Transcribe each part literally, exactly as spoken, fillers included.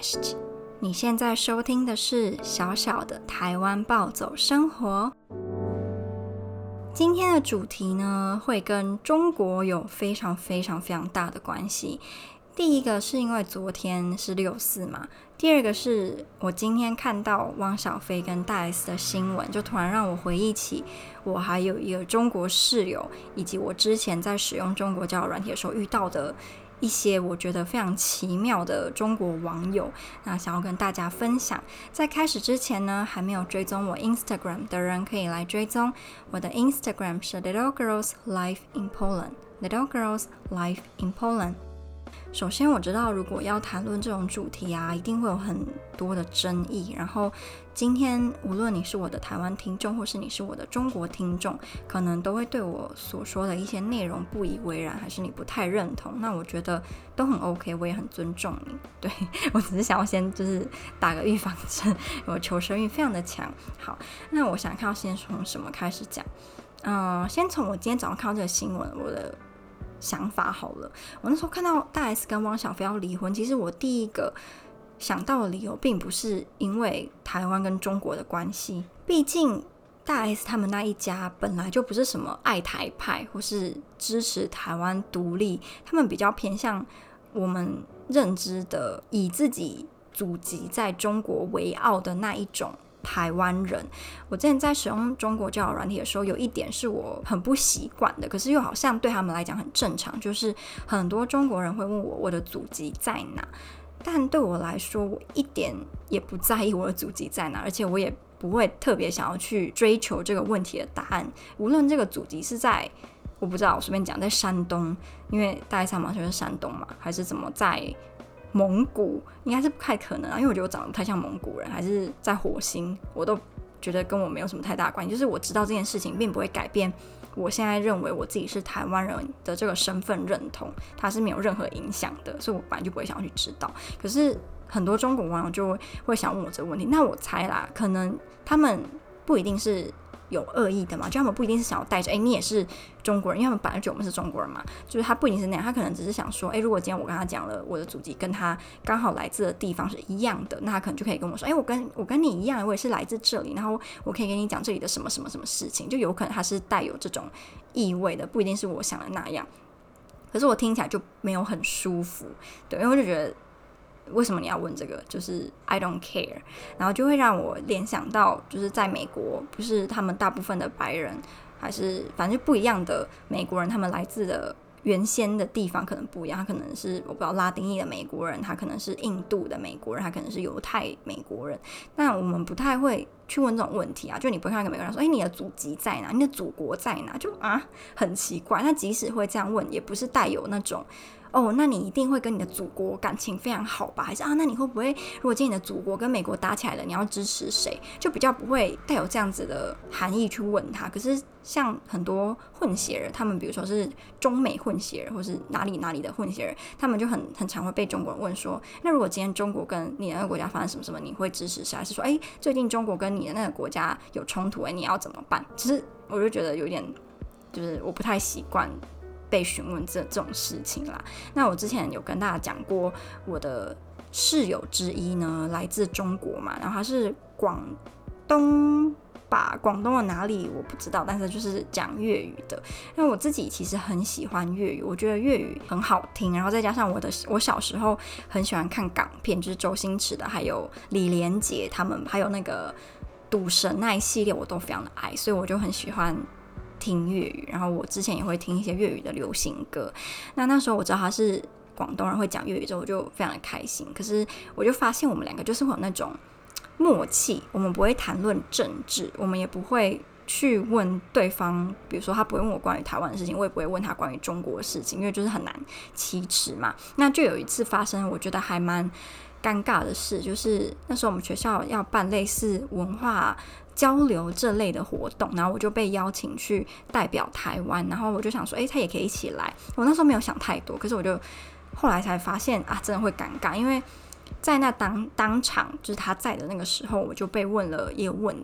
Podcast。你现在收听的是小小的台湾暴走生活。今天的主题呢，会跟中国有非常非常非常大的关系。第一个是因为昨天是六四嘛，第二个是我今天看到汪小菲跟大 S 的新闻，就突然让我回忆起我还有一个中国室友，以及我之前在使用中国交友软体的时候遇到的一些我觉得非常奇妙的中国网友，那想要跟大家分享。在开始之前呢，还没有追踪我 Instagram 的人可以来追踪我的 Instagram 是 Little Girls Life in Poland Little Girls Life in Poland。首先我知道如果要谈论这种主题啊，一定会有很多的争议，然后今天无论你是我的台湾听众或是你是我的中国听众，可能都会对我所说的一些内容不以为然，还是你不太认同，那我觉得都很 OK， 我也很尊重你。对，我只是想要先就是打个预防针，我求生欲非常的强。好，那我想看要先从什么开始讲。嗯、呃，先从我今天早上看到这个新闻我的想法好了。我那时候看到大 S 跟汪小菲要离婚，其实我第一个想到的理由并不是因为台湾跟中国的关系，毕竟大 S 他们那一家本来就不是什么爱台派或是支持台湾独立，他们比较偏向我们认知的以自己祖籍在中国为傲的那一种台湾人。我之前在使用中国交友软体的时候，有一点是我很不习惯的，可是又好像对他们来讲很正常，就是很多中国人会问我我的祖籍在哪，但对我来说我一点也不在意我的祖籍在哪，而且我也不会特别想要去追求这个问题的答案。无论这个祖籍是在我不知道，我随便讲在山东，因为大概三毛就是山东嘛，还是怎么在蒙古，应该是不太可能啊，因为我觉得我长得不太像蒙古人，还是在火星，我都觉得跟我没有什么太大的关系。就是我知道这件事情并不会改变我现在认为我自己是台湾人的这个身份认同，它是没有任何影响的，所以我本来就不会想要去知道。可是很多中国网友就 会, 会想问我这个问题，那我猜啦，可能他们不一定是有恶意的嘛，就他们不一定是想要带着哎、欸，你也是中国人，因为他们本来就觉得我们是中国人嘛，就是他不一定是那样，他可能只是想说，哎、欸，如果今天我跟他讲了我的祖籍跟他刚好来自的地方是一样的，那他可能就可以跟我说，哎、欸，我跟我跟你一样，我也是来自这里，然后我可以跟你讲这里的什么什么什么事情，就有可能他是带有这种意味的，不一定是我想的那样。可是我听起来就没有很舒服，对，因为我就觉得，为什么你要问这个？就是 I don't care， 然后就会让我联想到，就是在美国，不是他们大部分的白人，还是反正就不一样的美国人，他们来自的原先的地方可能不一样，他可能是我不知道拉丁裔的美国人，他可能是印度的美国人，他可能是犹太美国人。那我们不太会去问这种问题啊，就你不会看到一个美国人说，哎、欸，你的祖籍在哪？你的祖国在哪？就啊，很奇怪。那即使会这样问，也不是带有那种。哦，那你一定会跟你的祖国感情非常好吧？还是啊，那你会不会如果今天你的祖国跟美国打起来了，你要支持谁？就比较不会带有这样子的含义去问他。可是像很多混血人，他们比如说是中美混血人，或是哪里哪里的混血人，他们就很很常会被中国人问说，那如果今天中国跟你的那个国家发生什么什么，你会支持谁？还是说，哎，最近中国跟你的那个国家有冲突，哎，你要怎么办？其实我就觉得有点，就是我不太习惯被询问 这, 这种事情啦。那我之前有跟大家讲过，我的室友之一呢来自中国嘛，然后他是广东吧，广东的哪里我不知道，但是就是讲粤语的。那我自己其实很喜欢粤语，我觉得粤语很好听，然后再加上我的我小时候很喜欢看港片，就是周星驰的，还有李连杰他们，还有那个赌神那一系列我都非常的爱，所以我就很喜欢听粤语，然后我之前也会听一些粤语的流行歌。那那时候我知道他是广东人会讲粤语之后，我就非常的开心。可是我就发现我们两个就是会有那种默契，我们不会谈论政治，我们也不会去问对方，比如说他不会问我关于台湾的事情，我也不会问他关于中国的事情，因为就是很难启齿嘛。那就有一次发生我觉得还蛮尴尬的事，就是那时候我们学校要办类似文化交流这类的活动，然后我就被邀请去代表台湾，然后我就想说，哎，他也可以一起来。我那时候没有想太多，可是我就后来才发现啊，真的会尴尬，因为在那当当场就是他在的那个时候，我就被问了一个问题，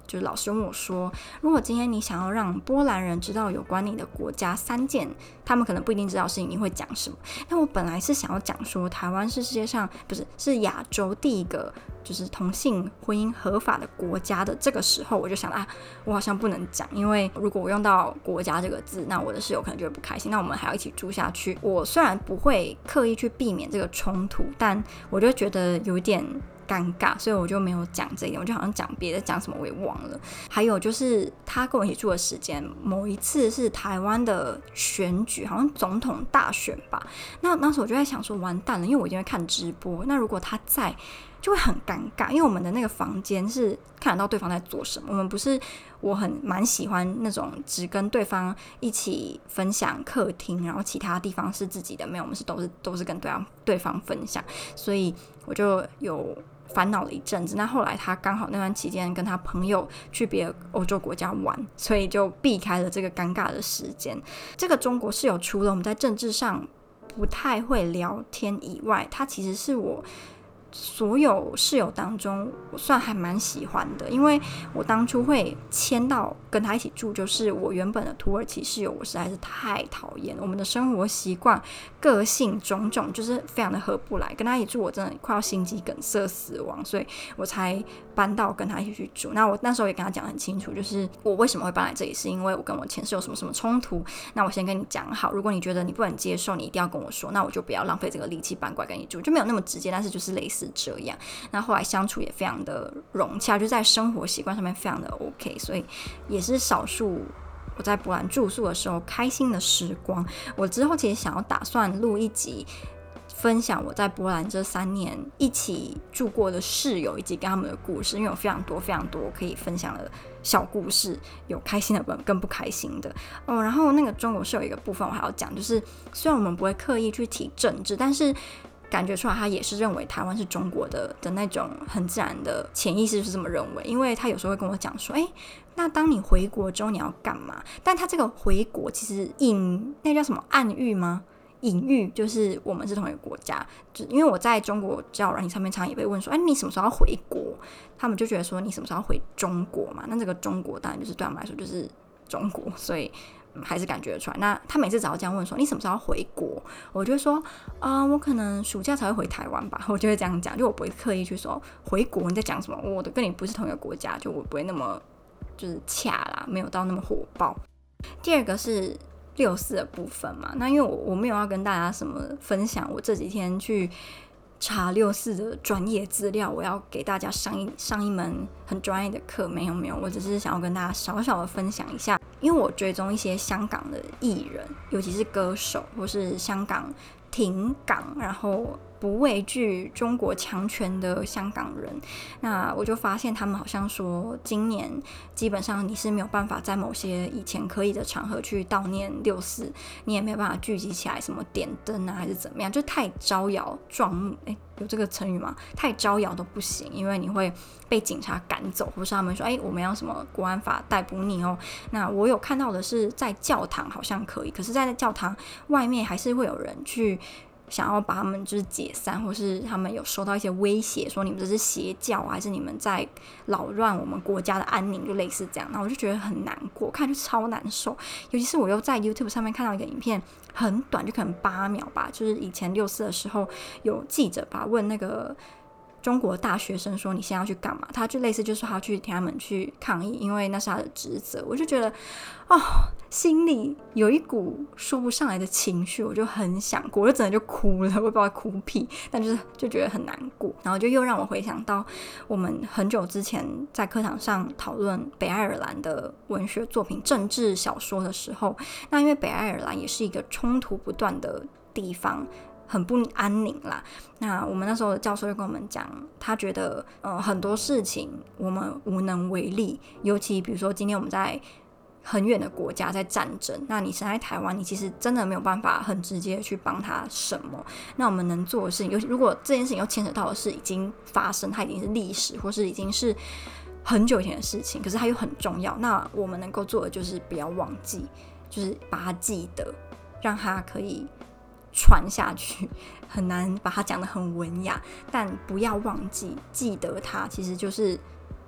就是老师问我说，如果今天你想要让波兰人知道有关你的国家三件他们可能不一定知道的事情，你会讲什么？那我本来是想要讲说台湾是世界上不是是亚洲第一个就是同性婚姻合法的国家的这个时候，我就想啊，我好像不能讲，因为如果我用到国家这个字，那我的室友可能就会不开心，那我们还要一起住下去。我虽然不会刻意去避免这个冲突，但我就觉得有一点尴尬，所以我就没有讲这一点，我就好像讲别的，讲什么我也忘了。还有就是他跟我一起住的时间，某一次是台湾的选举，好像总统大选吧，那那时候我就在想说完蛋了，因为我一定会看直播，那如果他在就会很尴尬，因为我们的那个房间是看得到对方在做什么，我们不是我很蛮喜欢那种只跟对方一起分享客厅，然后其他地方是自己的，没有，我们是都是都是跟对方对方分享，所以我就有烦恼了一阵子。那后来他刚好那段期间跟他朋友去别的欧洲国家玩，所以就避开了这个尴尬的时间。这个中国室友除了我们在政治上不太会聊天以外，他其实是我所有室友当中我算还蛮喜欢的，因为我当初会迁到跟他一起住，就是我原本的土耳其室友我实在是太讨厌，我们的生活习惯个性种种就是非常的合不来，跟他一起住我真的快要心肌梗塞死亡，所以我才搬到跟他一起去住。那我那时候也跟他讲很清楚，就是我为什么会搬来这里，是因为我跟我前室有什么什么冲突，那我先跟你讲好，如果你觉得你不能接受，你一定要跟我说，那我就不要浪费这个力气搬过来跟你住，就没有那么直接，但是就是类似这样。那后来相处也非常的融洽，就在生活习惯上面非常的 OK， 所以也是少数我在波兰住宿的时候开心的时光。我之后其实想要打算录一集分享我在波兰这三年一起住过的室友以及跟他们的故事，因为有非常多非常多可以分享的小故事，有开心的跟不开心的哦。然后那个中国室友一个部分我还要讲，就是虽然我们不会刻意去提政治，但是感觉出来他也是认为台湾是中国的的那种很自然的潜意识就是这么认为，因为他有时候会跟我讲说，哎，那当你回国之后你要干嘛？但他这个回国其实隐那叫什么暗喻吗？隐喻就是我们是同一个国家，就因为我在中国交友软件上面常常也被问说，哎，你什么时候要回国？他们就觉得说你什么时候要回中国嘛？那这个中国当然就是对他们来说就是中国，所以、嗯、还是感觉得出来。那他每次只要这样问说你什么时候要回国，我就会说啊、呃，我可能暑假才会回台湾吧，我就会这样讲，就我不会刻意去说回国你在讲什么，我的跟你不是同一个国家，就我不会那么就是恰啦，没有到那么火爆。第二个是六四的部分嘛，那因为 我, 我没有要跟大家什么分享我这几天去查六四的专业资料，我要给大家上一上一门很专业的课，没有没有，我只是想要跟大家小小的分享一下，因为我追踪一些香港的艺人，尤其是歌手或是香港挺港然后不畏惧中国强权的香港人，那我就发现他们好像说今年基本上你是没有办法在某些以前可以的场合去悼念六四，你也没有办法聚集起来什么点灯啊还是怎么样，就太招摇撞目，诶有这个成语吗？太招摇都不行，因为你会被警察赶走，或是他们说哎，我们要什么国安法逮捕你哦。那我有看到的是在教堂好像可以，可是在教堂外面还是会有人去想要把他们就是解散，或是他们有收到一些威胁说你们这是邪教还是你们在扰乱我们国家的安宁，就类似这样。那我就觉得很难过，看就超难受，尤其是我又在 YouTube 上面看到一个影片，很短，就可能八秒吧，就是以前六四的时候有记者吧问那个中国大学生说你现在要去干嘛，他就类似就是说他要去替他们去抗议，因为那是他的职责。我就觉得哦，心里有一股说不上来的情绪，我就很想哭，我就真的就哭了，我也不知道哭屁，但就是就觉得很难过。然后就又让我回想到我们很久之前在课堂上讨论北爱尔兰的文学作品政治小说的时候，那因为北爱尔兰也是一个冲突不断的地方，很不安宁啦。那我们那时候的教授就跟我们讲，他觉得呃很多事情我们无能为力，尤其比如说今天我们在很远的国家在战争，那你身在台湾，你其实真的没有办法很直接去帮他什么。那我们能做的事情，尤其如果这件事情又牵扯到的是已经发生，它已经是历史，或是已经是很久以前的事情，可是它又很重要，那我们能够做的就是不要忘记，就是把它记得，让它可以传下去，很难把它讲得很文雅，但不要忘记，记得它其实就是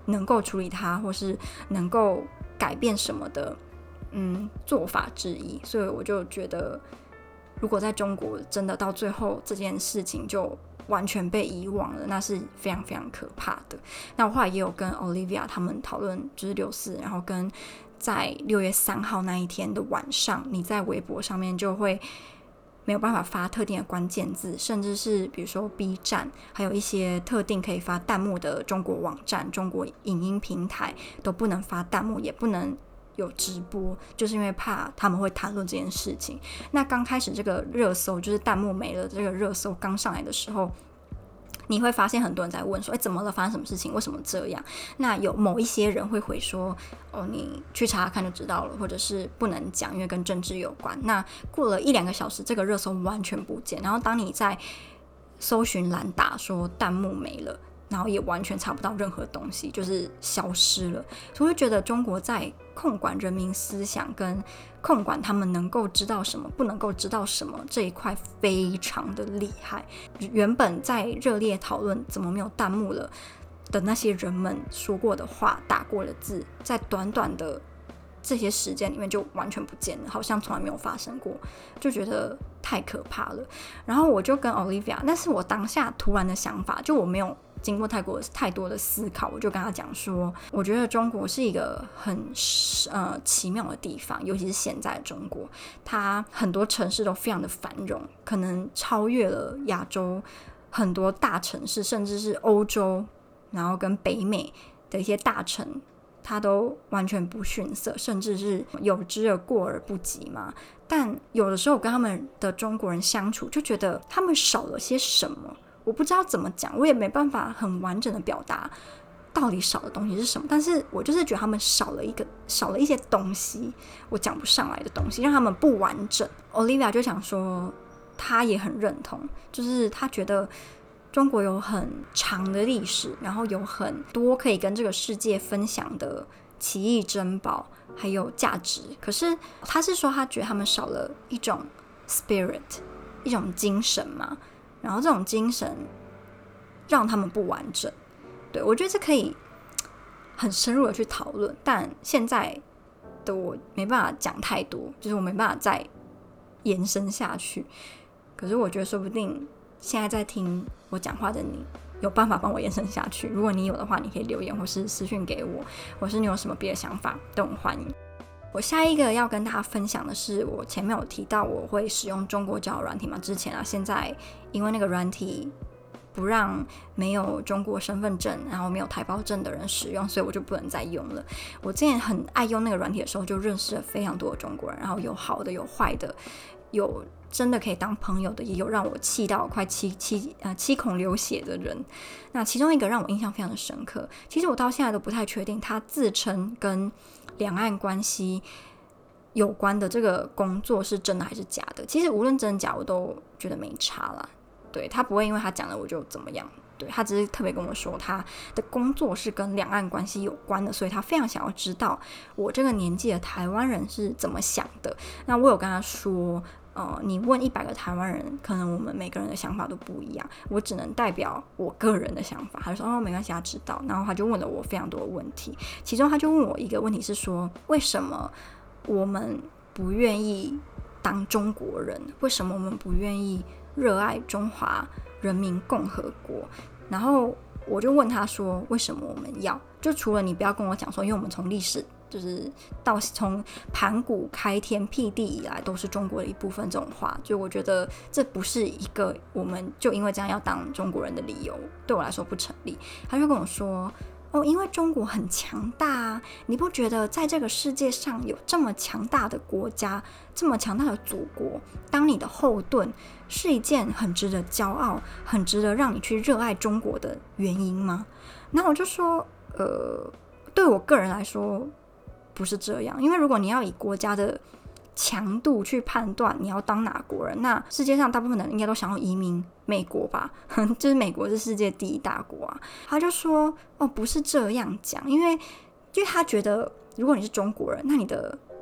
能够处理它或是能够改变什么的嗯做法之一。所以我就觉得如果在中国真的到最后这件事情就完全被遗忘了，那是非常非常可怕的。那我后来也有跟 Olivia 他们讨论，就是六四，然后跟在六月三号那一天的晚上，你在微博上面就会没有办法发特定的关键字，甚至是比如说 B 站，还有一些特定可以发弹幕的中国网站、中国影音平台都不能发弹幕，也不能有直播，就是因为怕他们会谈论这件事情。那刚开始这个热搜，就是弹幕没了，这个热搜刚上来的时候，你会发现很多人在问说，哎，怎么了？发生什么事情？为什么这样？那有某一些人会回说，哦，你去查看就知道了，或者是不能讲，因为跟政治有关。那过了一两个小时，这个热搜完全不见。然后当你在搜寻栏打说弹幕没了，然后也完全查不到任何东西，就是消失了。所以我觉得中国在控管人民思想跟控管他们能够知道什么不能够知道什么这一块非常的厉害。原本在热烈讨论怎么没有弹幕了的那些人们说过的话打过的字，在短短的这些时间里面就完全不见了，好像从来没有发生过，就觉得太可怕了。然后我就跟 Olivia， 那是我当下突然的想法，就我没有经过太过太多的思考，我就跟他讲说，我觉得中国是一个很呃奇妙的地方，尤其是现在的中国，它很多城市都非常的繁荣，可能超越了亚洲很多大城市，甚至是欧洲，然后跟北美的一些大城，它都完全不逊色，甚至是有之而过而不及嘛。但有的时候我跟他们的中国人相处，就觉得他们少了些什么。我不知道怎么讲，我也没办法很完整的表达到底少的东西是什么，但是我就是觉得他们少了一个少了一些东西，我讲不上来的东西，让他们不完整。 Olivia 就想说她也很认同，就是她觉得中国有很长的历史，然后有很多可以跟这个世界分享的奇异珍宝还有价值，可是她是说她觉得他们少了一种 spirit， 一种精神嘛，然后这种精神让他们不完整。对，我觉得这可以很深入的去讨论，但现在的我没办法讲太多，就是我没办法再延伸下去。可是我觉得说不定现在在听我讲话的你有办法帮我延伸下去，如果你有的话，你可以留言或是私讯给我，或是你有什么别的想法都很欢迎。我下一个要跟大家分享的是，我前面有提到我会使用中国交友软体嘛，之前啊，现在因为那个软体不让没有中国身份证然后没有台胞证的人使用，所以我就不能再用了。我之前很爱用那个软体的时候，就认识了非常多的中国人，然后有好的有坏的，有真的可以当朋友的，也有让我气到快七七呃七孔流血的人。那其中一个让我印象非常的深刻，其实我到现在都不太确定他自称跟两岸关系有关的这个工作是真的还是假的。其实无论真假我都觉得没差啦，对，他不会因为他讲了我就怎么样，对，他只是特别跟我说他的工作是跟两岸关系有关的，所以他非常想要知道我这个年纪的台湾人是怎么想的。那我有跟他说呃，你问一百个台湾人，可能我们每个人的想法都不一样，我只能代表我个人的想法。他就说哦，没关系，他知道。然后他就问了我非常多的问题，其中他就问我一个问题是说，为什么我们不愿意当中国人？为什么我们不愿意热爱中华人民共和国？然后我就问他说，为什么我们要？就除了你不要跟我讲说，因为我们从历史就是到从盘古开天辟地以来都是中国的一部分，这种话就我觉得这不是一个我们就因为这样要当中国人的理由，对我来说不成立。他就跟我说哦，因为中国很强大啊，你不觉得在这个世界上有这么强大的国家，这么强大的祖国当你的后盾是一件很值得骄傲很值得让你去热爱中国的原因吗？然后我就说呃，对我个人来说不是这样，因为如果你要以国家的强度去判断你要当哪国人，那世界上大部分的人应该都想要移民美国吧就是美国是世界第一大国啊。他就说哦，不是这样讲，因为因为他觉得如果你是中国人，那你的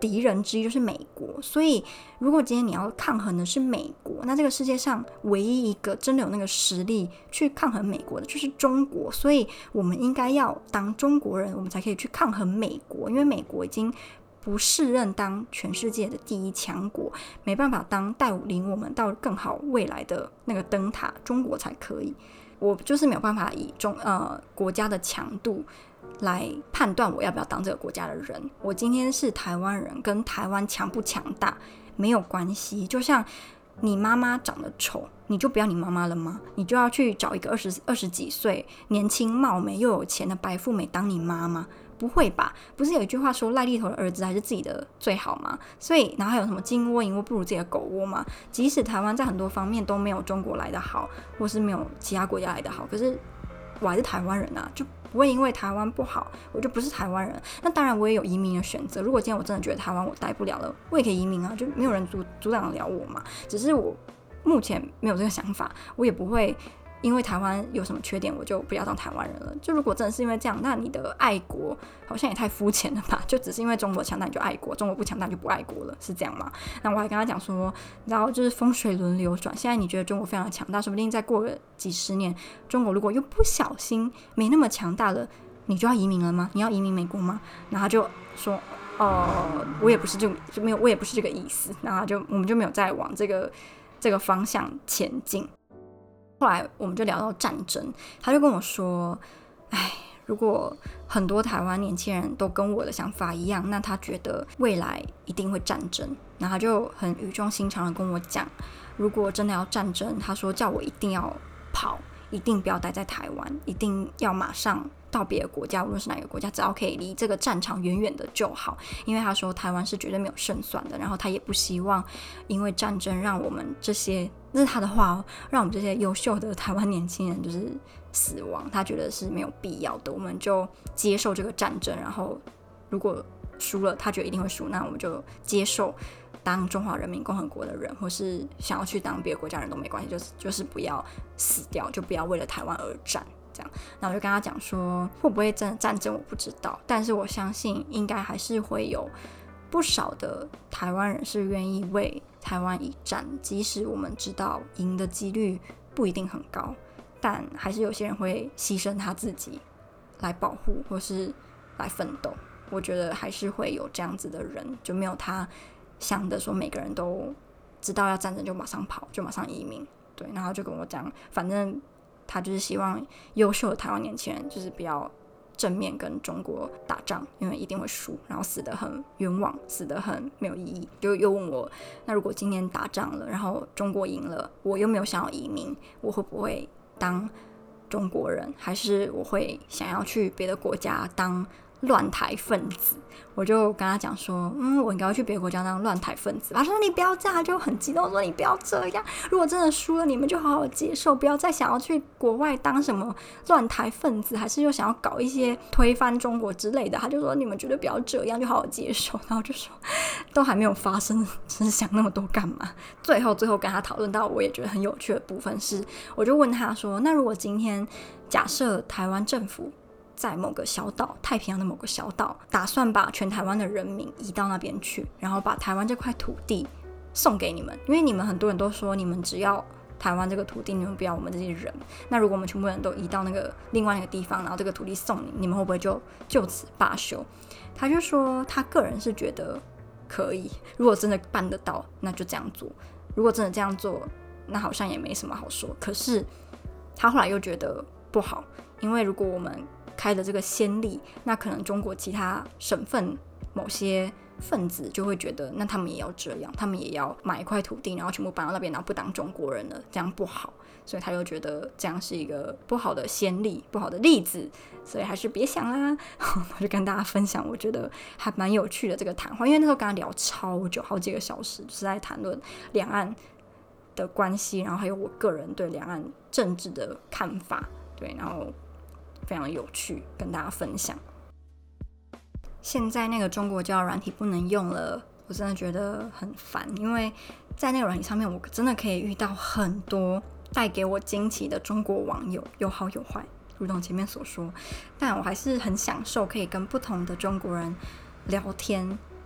敌人之一就是美国，所以如果今天你要抗衡的是美国，那这个世界上唯一一个真的有那个实力去抗衡美国的就是中国，所以我们应该要当中国人，我们才可以去抗衡美国，因为美国已经不适任当全世界的第一强国，没办法当带领我们到更好未来的那个灯塔，中国才可以。我就是没有办法以中呃国家的强度来判断我要不要当这个国家的人。我今天是台湾人，跟台湾强不强大没有关系。就像你妈妈长得丑，你就不要你妈妈了吗？你就要去找一个二十二十几岁、年轻貌美又有钱的白富美当你妈吗？不会吧？不是有一句话说赖地头的儿子还是自己的最好吗？所以然后还有什么金窝银窝不如自己的狗窝吗？即使台湾在很多方面都没有中国来的好，或是没有其他国家来的好，可是我还是台湾人啊，就不会因为台湾不好我就不是台湾人。那当然我也有移民的选择，如果今天我真的觉得台湾我待不了了，我也可以移民啊，就没有人阻阻挡得了我嘛。只是我目前没有这个想法，我也不会因为台湾有什么缺点我就不要当台湾人了。就如果真的是因为这样，那你的爱国好像也太肤浅了吧？就只是因为中国强大你就爱国，中国不强大你就不爱国了，是这样吗？那我还跟他讲说，你知道就是风水轮流转，现在你觉得中国非常的强大，说不定再过个几十年，中国如果又不小心没那么强大了，你就要移民了吗？你要移民美国吗？然后他就说呃，我也不是这个，就没有，我也不是这个意思。然后就我们就没有再往这个这个方向前进。后来我们就聊到战争，他就跟我说，哎，如果很多台湾年轻人都跟我的想法一样，那他觉得未来一定会战争。然后他就很语重心长的跟我讲，如果真的要战争，他说叫我一定要跑，一定不要待在台湾，一定要马上到别的国家，无论是哪个国家，只要可以离这个战场远远的就好。因为他说台湾是绝对没有胜算的，然后他也不希望因为战争让我们这些，这是他的话哦，让我们这些优秀的台湾年轻人就是死亡，他觉得是没有必要的。我们就接受这个战争，然后如果输了，他觉得一定会输，那我们就接受当中华人民共和国的人，或是想要去当别的国家人都没关系，就是就是不要死掉，就不要为了台湾而战。这样，那我就跟他讲说，会不会真的战争我不知道，但是我相信应该还是会有不少的台湾人是愿意为台湾一战，即使我们知道赢的几率不一定很高，但还是有些人会牺牲他自己来保护或是来奋斗。我觉得还是会有这样子的人，就没有他想的说每个人都知道要战争就马上跑，就马上移民。对，然后就跟我讲，反正他就是希望优秀的台湾年轻人就是不要正面跟中国打仗，因为一定会输，然后死得很冤枉，死得很没有意义。就又问我，那如果今天打仗了，然后中国赢了，我又没有想要移民，我会不会当中国人，还是我会想要去别的国家当乱台分子？我就跟他讲说，嗯，我应该会去别的国家当乱台分子。他说你不要这样，就很激动说你不要这样，如果真的输了，你们就好好接受，不要再想要去国外当什么乱台分子，还是又想要搞一些推翻中国之类的。他就说你们绝对不要这样，就好好接受。然后就说都还没有发生，真是想那么多干嘛？最后最后跟他讨论到我也觉得很有趣的部分是，我就问他说，那如果今天假设台湾政府在某个小岛，太平洋的某个小岛，打算把全台湾的人民移到那边去，然后把台湾这块土地送给你们，因为你们很多人都说你们只要台湾这个土地，你们不要我们这些人。那如果我们全部人都移到那个另外一个地方，然后这个土地送你，你们会不会就就此罢休？他就说他个人是觉得可以，如果真的办得到，那就这样做。如果真的这样做，那好像也没什么好说。可是他后来又觉得不好，因为如果我们开的这个先例，那可能中国其他省份某些分子就会觉得，那他们也要这样，他们也要买一块土地，然后全部搬到那边，然后不当中国人了，这样不好。所以他就觉得这样是一个不好的先例，不好的例子，所以还是别想啦。我就跟大家分享，我觉得还蛮有趣的这个谈话，因为那时候跟他聊超久，好几个小时，就是在谈论两岸的关系，然后还有我个人对两岸政治的看法，对，然后非常有趣，跟大家分享。现在那个中国交友软体不能用了，我真的觉得很烦，因为在那个软体上面，我真的可以遇到很多带给我惊奇的中国网友，有好有坏，如同前面所说。但我还是很享受可以跟不同的中国人聊天，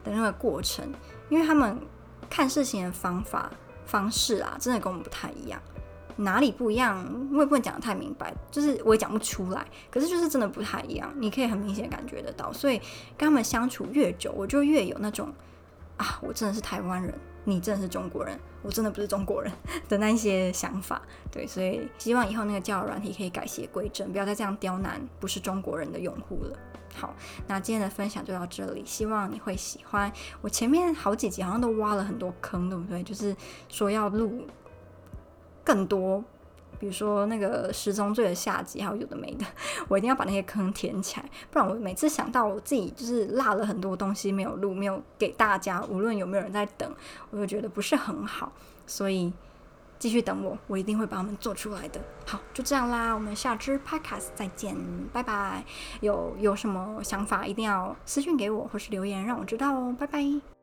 的那个过程，因为他们看事情的方法方式啊，真的跟我们不太一样。哪里不一样，我也不能讲得太明白，就是我也讲不出来。可是就是真的不太一样，你可以很明显感觉得到。所以跟他们相处越久，我就越有那种啊，我真的是台湾人，你真的是中国人，我真的不是中国人的那一些想法。对，所以希望以后那个交友软体可以改邪归正，不要再这样刁难不是中国人的用户了。好，那今天的分享就到这里，希望你会喜欢。我前面好几集好像都挖了很多坑，对不对？就是说要录更多，比如说那个十宗罪的下集，还有有的没的，我一定要把那些坑填起来，不然我每次想到我自己就是落了很多东西没有录，没有给大家，无论有没有人在等，我就觉得不是很好，所以继续等我，我一定会把它们做出来的。好，就这样啦，我们下支 podcast 再见，拜拜。有有什么想法一定要私讯给我，或是留言让我知道哦，拜拜。